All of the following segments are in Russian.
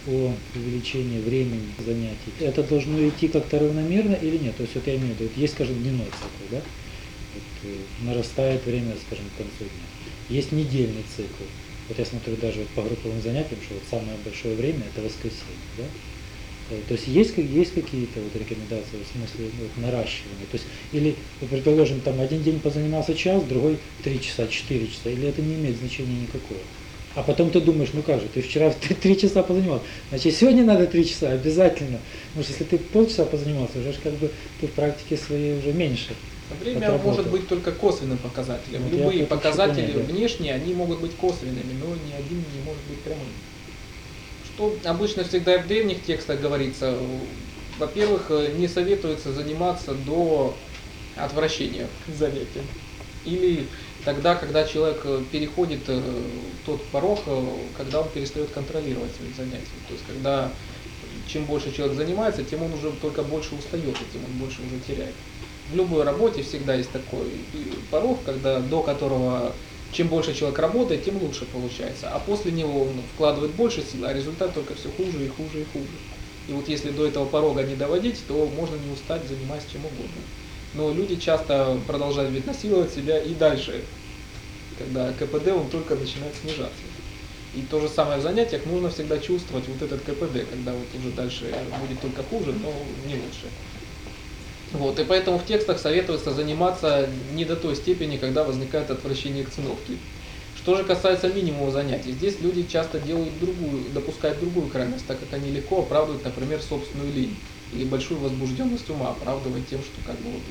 о увеличении времени занятий, это должно идти как-то равномерно или нет? То есть вот я имею в виду, вот есть, скажем, дневной цикл, да? Вот, нарастает время, скажем, к концу дня. Есть недельный цикл. Вот я смотрю даже вот по групповым занятиям, что вот самое большое время это воскресенье, да? То есть есть какие-то вот рекомендации в смысле вот, наращивания? То есть, или, предположим, там один день позанимался час, другой 3 часа, 4 часа, или это не имеет значения никакого? А потом ты думаешь, ну как же, ты вчера 3 часа позанимался, значит сегодня надо 3 часа обязательно. Потому что если ты полчаса позанимался, уже как бы ты в практике своей уже меньше. Время может быть только косвенным показателем. Вот Любые показатели понять, да. внешние, они могут быть косвенными, но ни один не может быть прямым. Что обычно всегда и в древних текстах говорится, во-первых, не советуется заниматься до отвращения к занятиям. Или тогда, когда человек переходит тот порог, когда он перестает контролировать свои занятия. То есть, когда чем больше человек занимается, тем он уже только больше устает, и тем он больше уже теряет. В любой работе всегда есть такой порог, до которого чем больше человек работает, тем лучше получается. А после него он вкладывает больше сил, а результат только все хуже и хуже и хуже. И вот если до этого порога не доводить, то можно не устать, занимаясь чем угодно. Но люди часто продолжают ведь насиловать себя и дальше, когда КПД он только начинает снижаться. И то же самое в занятиях, нужно всегда чувствовать вот этот КПД, когда вот уже дальше будет только хуже, но не лучше. Вот, и поэтому в текстах советуется заниматься не до той степени, когда возникает отвращение к циновке. Что же касается минимума занятий, здесь люди часто допускают другую крайность, так как они легко оправдывают, например, собственную лень или большую возбужденность ума, оправдывая тем, что как бы вот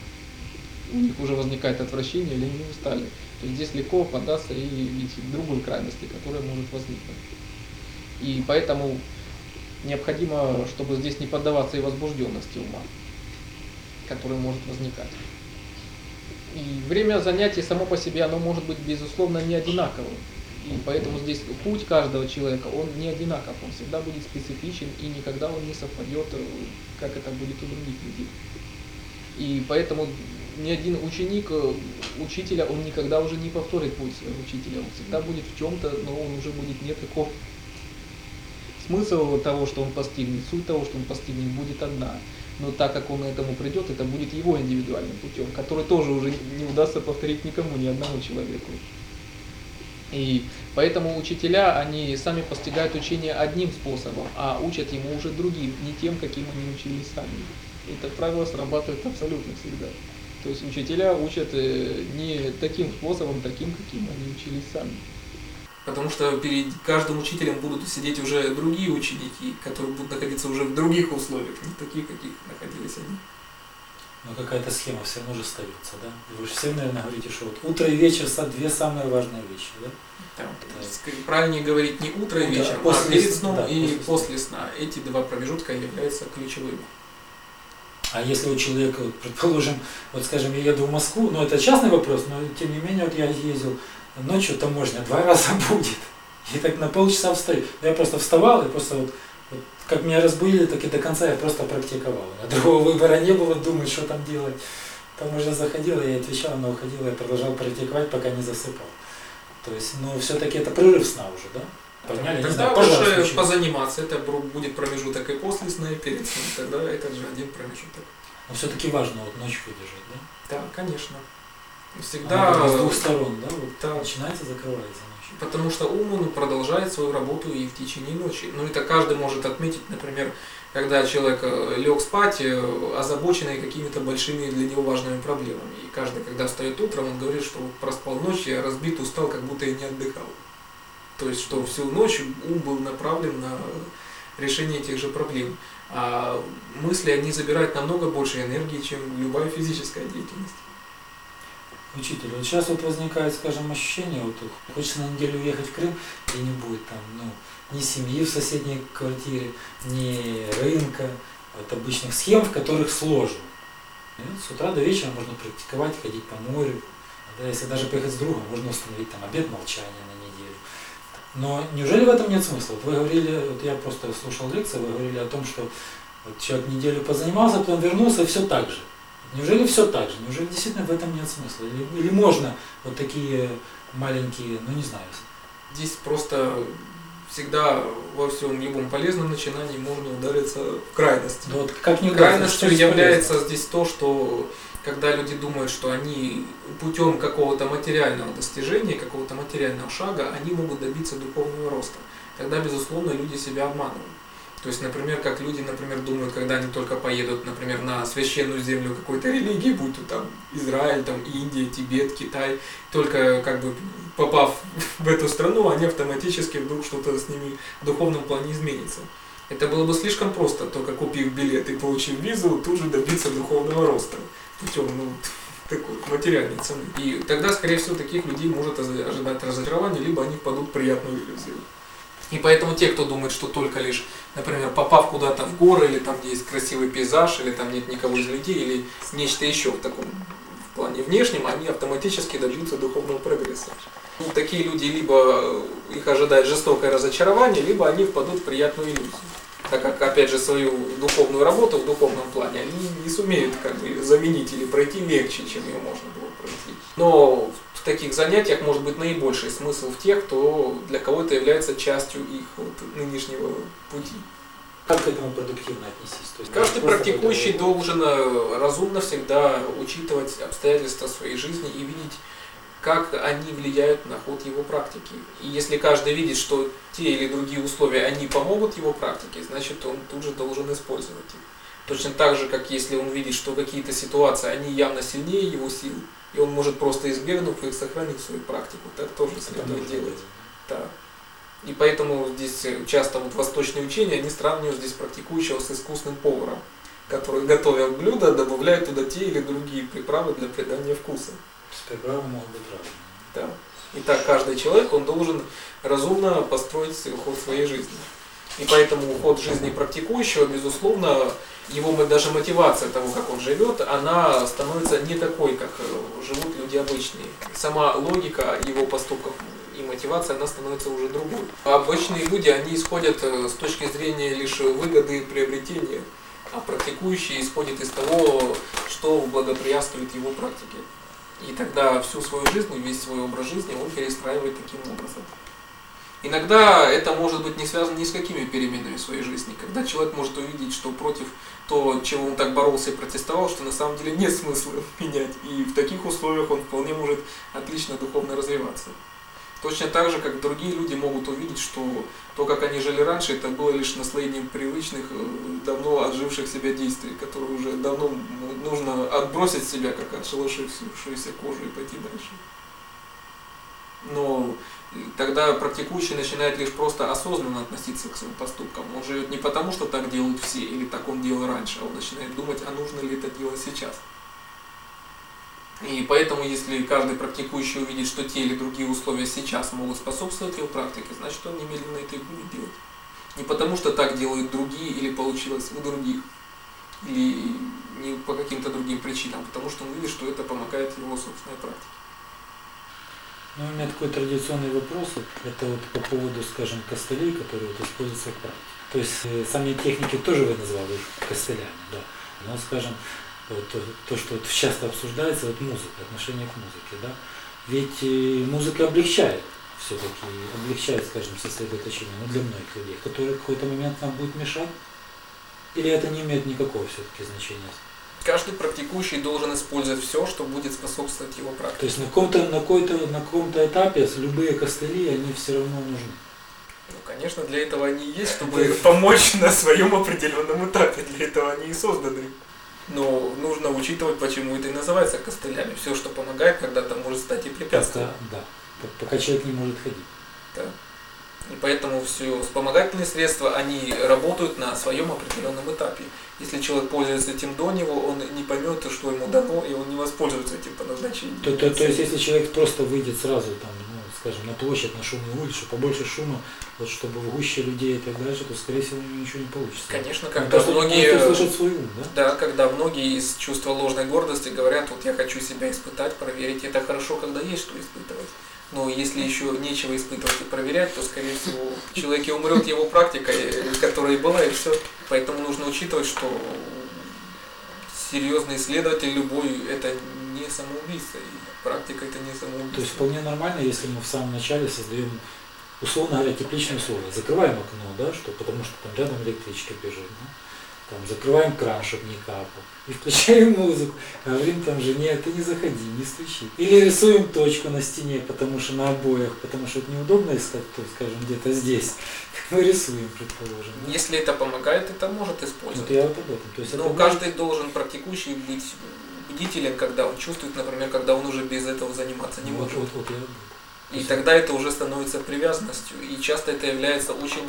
у них уже возникает отвращение или они устали. То есть здесь легко поддаться и в другой крайности, которая может возникнуть. И поэтому необходимо, чтобы здесь не поддаваться и возбужденности ума, который может возникать. И время занятий само по себе, оно может быть, безусловно, не одинаковым. И поэтому здесь путь каждого человека, он не одинаков, он всегда будет специфичен, и никогда он не совпадет, как это будет у других людей. И поэтому ни один ученик учителя, он никогда уже не повторит путь своего учителя, он всегда будет в чем-то, но он уже будет не таков. Смысл того, что он постигнет, суть того, что он постигнет, будет одна. Но так как он к этому придет, это будет его индивидуальным путем, который тоже уже не удастся повторить никому, ни одному человеку. И поэтому учителя, они сами постигают учение одним способом, а учат ему уже другим, не тем, каким они учились сами. И это правило срабатывает абсолютно всегда. То есть учителя учат не таким способом, таким, каким они учились сами. Потому что перед каждым учителем будут сидеть уже другие ученики, которые будут находиться уже в других условиях, не таких, каких находились они. Но какая-то схема все равно же остается, да? Вы же все, наверное, говорите, что вот утро и вечер – две самые важные вещи, да? Да. Правильнее говорить не утро и вечер, а перед сном и после сна. Эти два промежутка являются ключевыми. А если у человека, вот, предположим, вот скажем, я еду в Москву, ну это частный вопрос, но тем не менее вот я ездил, ночью таможня 2 раза будет, и так на полчаса встаю. Я просто вставал, и просто вот как меня разбудили, так и до конца я просто практиковал. У меня другого выбора не было, думать, что там делать. Таможня заходила, я отвечал, она уходила, я продолжал практиковать, пока не засыпал. То есть, ну все-таки это прерыв сна уже, да? Поняли? Тогда лучше позаниматься, это будет промежуток и после сна, и перед сном, тогда это же один промежуток. Но все-таки важно вот ночь выдержать, да? Да, конечно. Всегда с двух сторон, да? Вот да. Начинается, закрывается ночь. Потому что ум он продолжает свою работу и в течение ночи. Ну это каждый может отметить, например, когда человек лег спать, озабоченный какими-то большими для него важными проблемами. И каждый, когда встает утром, он говорит, что проспал ночь, я разбит, устал, как будто и не отдыхал. То есть, что всю ночь ум был направлен на решение этих же проблем. А мысли, они забирают намного больше энергии, чем любая физическая деятельность. Учитель, вот сейчас вот возникает, скажем, ощущение, вот хочется на неделю уехать в Крым, и не будет там, ни семьи в соседней квартире, ни рынка, вот обычных схем, в которых сложно. И вот с утра до вечера можно практиковать, ходить по морю, да, если даже поехать с другом, можно установить там обет молчания на неделю. Но неужели в этом нет смысла? Вот вы говорили, вот я просто слушал лекции, вы говорили о том, что вот человек неделю позанимался, потом вернулся, и все так же. Неужели все так же? Неужели действительно в этом нет смысла? Или можно вот такие маленькие, ну не знаю. Здесь просто всегда во всем любом полезном начинании можно удариться в крайность. Но вот как не Крайностью является здесь то, что когда люди думают, что они путем какого-то материального достижения, какого-то материального шага, они могут добиться духовного роста. Тогда, безусловно, люди себя обманывают. То есть, например, как люди, например, думают, когда они только поедут, например, на священную землю какой-то религии, будь то там Израиль, там Индия, Тибет, Китай, только как бы попав в эту страну, они автоматически вдруг что-то с ними в духовном плане изменится. Это было бы слишком просто, только купив билет и получив визу, тут же добиться духовного роста путем такой материальной цены. И тогда, скорее всего, таких людей может ожидать разочарование, либо они впадут в приятную иллюзию. И поэтому те, кто думает, что только лишь, например, попав куда-то в горы, или там, где есть красивый пейзаж, или там нет никого из людей, или нечто еще в таком в плане внешнем, они автоматически добьются духовного прогресса. Такие люди либо их ожидает жестокое разочарование, либо они впадут в приятную иллюзию. Так как, опять же, свою духовную работу в духовном плане они не сумеют как бы заменить или пройти легче, чем ее можно было пройти. Но в таких занятиях может быть наибольший смысл в тех, для кого это является частью их нынешнего пути. Как к этому продуктивно отнестись? То есть каждый практикующий должен разумно всегда учитывать обстоятельства своей жизни и видеть, как они влияют на ход его практики. И если каждый видит, что те или другие условия, они помогут его практике, значит он тут же должен использовать их. Точно так же, как если он видит, что какие-то ситуации, они явно сильнее его сил, и он может просто избегнув их сохранить свою практику, так тоже следует делать. Да. И поэтому здесь часто восточные учения, они сравнивают здесь практикующего с искусным поваром, который, готовя блюдо, добавляет туда те или другие приправы для придания вкуса. Приправы могут быть разные. Да. Итак, каждый человек, он должен разумно построить ход своей жизни. И поэтому ход жизни практикующего, безусловно, его даже мотивация того, как он живет, она становится не такой, как живут люди обычные. Сама логика его поступков и мотивация, она становится уже другой. Обычные люди, они исходят с точки зрения лишь выгоды и приобретения, а практикующие исходят из того, что благоприятствует его практике. И тогда всю свою жизнь, весь свой образ жизни он перестраивает таким образом. Иногда это может быть не связано ни с какими переменами в своей жизни, когда человек может увидеть, что против того, чего он так боролся и протестовал, что на самом деле нет смысла менять. И в таких условиях он вполне может отлично духовно развиваться. Точно так же, как другие люди могут увидеть, что то, как они жили раньше, это было лишь наследием привычных, давно отживших себя действий, которые уже давно нужно отбросить себя, как отшелушившуюся кожу, и пойти дальше. Но тогда практикующий начинает лишь просто осознанно относиться к своим поступкам. Он живет не потому, что так делают все, или так он делал раньше, а он начинает думать, а нужно ли это делать сейчас. И поэтому, если каждый практикующий увидит, что те или другие условия сейчас могут способствовать его практике, значит он немедленно это и будет делать. Не потому, что так делают другие или получилось у других, или не по каким-то другим причинам, потому что он видит, что это помогает его собственной практике. Ну, у меня такой традиционный вопрос, это по поводу, скажем, костылей, которые используются в практике. То есть сами техники тоже вы назвали их костылями, да. Но, скажем, то, что часто обсуждается, музыка, отношение к музыке, да. Ведь музыка облегчает все-таки, скажем, сосредоточение, но для многих людей, которые в какой-то момент нам будет мешать, или это не имеет никакого все-таки значения? Каждый практикующий должен использовать все, что будет способствовать его практике. То есть на каком-то этапе любые костыли, они все равно нужны? Ну, конечно, для этого они есть, чтобы помочь на своем определенном этапе. Для этого они и созданы. Но нужно учитывать, почему это и называется костылями. Все, что помогает, когда-то может стать и препятствием. Да, пока человек не может ходить. Да. И поэтому все вспомогательные средства, они работают на своем определенном этапе. Если человек пользуется этим до него, он не поймет, что ему дано, и он не воспользуется этим по назначению. То есть, если человек просто выйдет сразу, там, скажем, на площадь, на шумную улицу, побольше шума, вот, чтобы в гуще людей и так дальше, то, скорее всего, у него ничего не получится. Конечно, когда многие... слышат свой ум, да? Да, когда многие из чувства ложной гордости говорят, вот я хочу себя испытать, проверить, это хорошо, когда есть что испытывать. Но если еще нечего испытывать и проверять, то, скорее всего, в человеке умрет его практика, которая и была, и все. Поэтому нужно учитывать, что серьезный исследователь любой – это не самоубийство, и практика – это не самоубийство. То есть вполне нормально, если мы в самом начале создаем условно говоря, тепличные условия. Закрываем окно, да, что, потому что там рядом электричка бежит. Да? Там, закрываем кран, чтобы не капал. И включаем музыку. Говорим там жене, ты не заходи, не стучи. Или рисуем точку на стене, потому что на обоях, потому что это неудобно искать, то, скажем, где-то здесь. Мы рисуем, предположим. Да? Если это помогает, это может Вот использовать. я вот об этом. То есть Но это каждый должен практикующий быть бдителен, когда он чувствует, например, когда он уже без этого заниматься не вот, может. вот я об этом. И тогда это уже становится привязанностью. И часто это является очень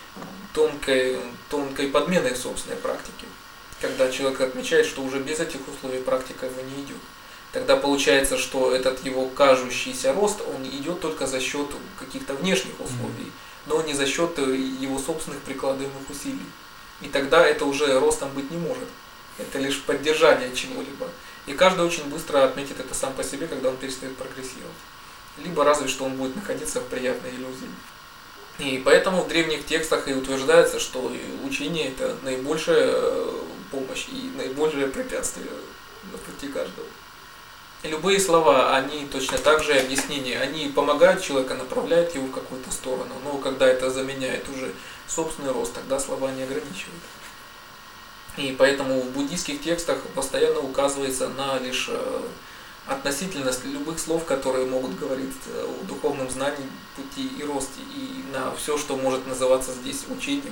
тонкой подменой собственной практики. Когда человек отмечает, что уже без этих условий практика его не идет. Тогда получается, что этот его кажущийся рост, он идет только за счет каких-то внешних условий, но не за счет его собственных прикладываемых усилий. И тогда это уже ростом быть не может. Это лишь поддержание чего-либо. И каждый очень быстро отметит это сам по себе, когда он перестает прогрессировать. Либо разве что он будет находиться в приятной иллюзии. И поэтому в древних текстах и утверждается, что учение – это наибольшая помощь и наибольшее препятствие на пути каждого. И любые слова, они точно так же объяснения, они помогают человеку, направляют его в какую-то сторону, но когда это заменяет уже собственный рост, тогда слова не ограничивают. И поэтому в буддийских текстах постоянно указывается на лишь относительность любых слов, которые могут говорить о духовном знании, пути и росте, и на все, что может называться здесь учением.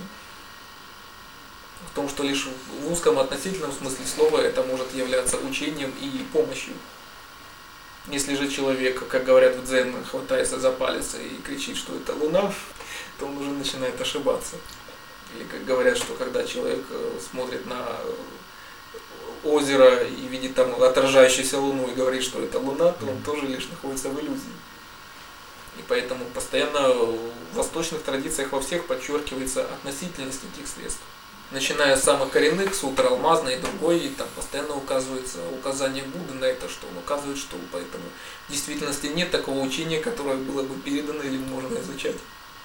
В том, что лишь в узком относительном смысле слова это может являться учением и помощью. Если же человек, как говорят в дзен, хватается за палец и кричит, что это луна, то он уже начинает ошибаться. Или как говорят, что когда человек смотрит на озеро и видит там отражающуюся луну и говорит, что это луна, то он тоже лишь находится в иллюзии. И поэтому постоянно в восточных традициях во всех подчеркивается относительность этих средств. Начиная с самых коренных, сутр алмазной и другой, и там постоянно указывается указание Будды на это, что он указывает, что поэтому в действительности нет такого учения, которое было бы передано или можно изучать.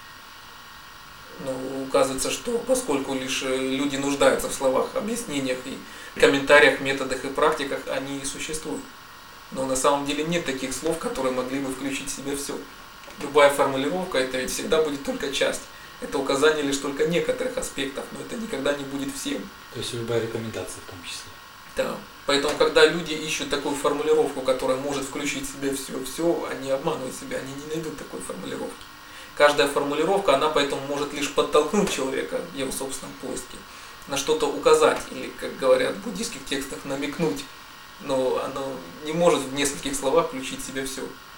Но указывается, что поскольку лишь люди нуждаются в словах, объяснениях и комментариях, методах и практиках, они и существуют. Но на самом деле нет таких слов, которые могли бы включить в себя все. Любая формулировка, это ведь всегда будет только часть. Это указание лишь только некоторых аспектов, но это никогда не будет всем. То есть любая рекомендация в том числе. Да. Поэтому, когда люди ищут такую формулировку, которая может включить в себя все, они обманывают себя, они не найдут такой формулировки. Каждая формулировка, она поэтому может лишь подтолкнуть человека в его собственном поиске, на что-то указать, или, как говорят в буддийских текстах, намекнуть. Но оно не может в нескольких словах включить в себя все.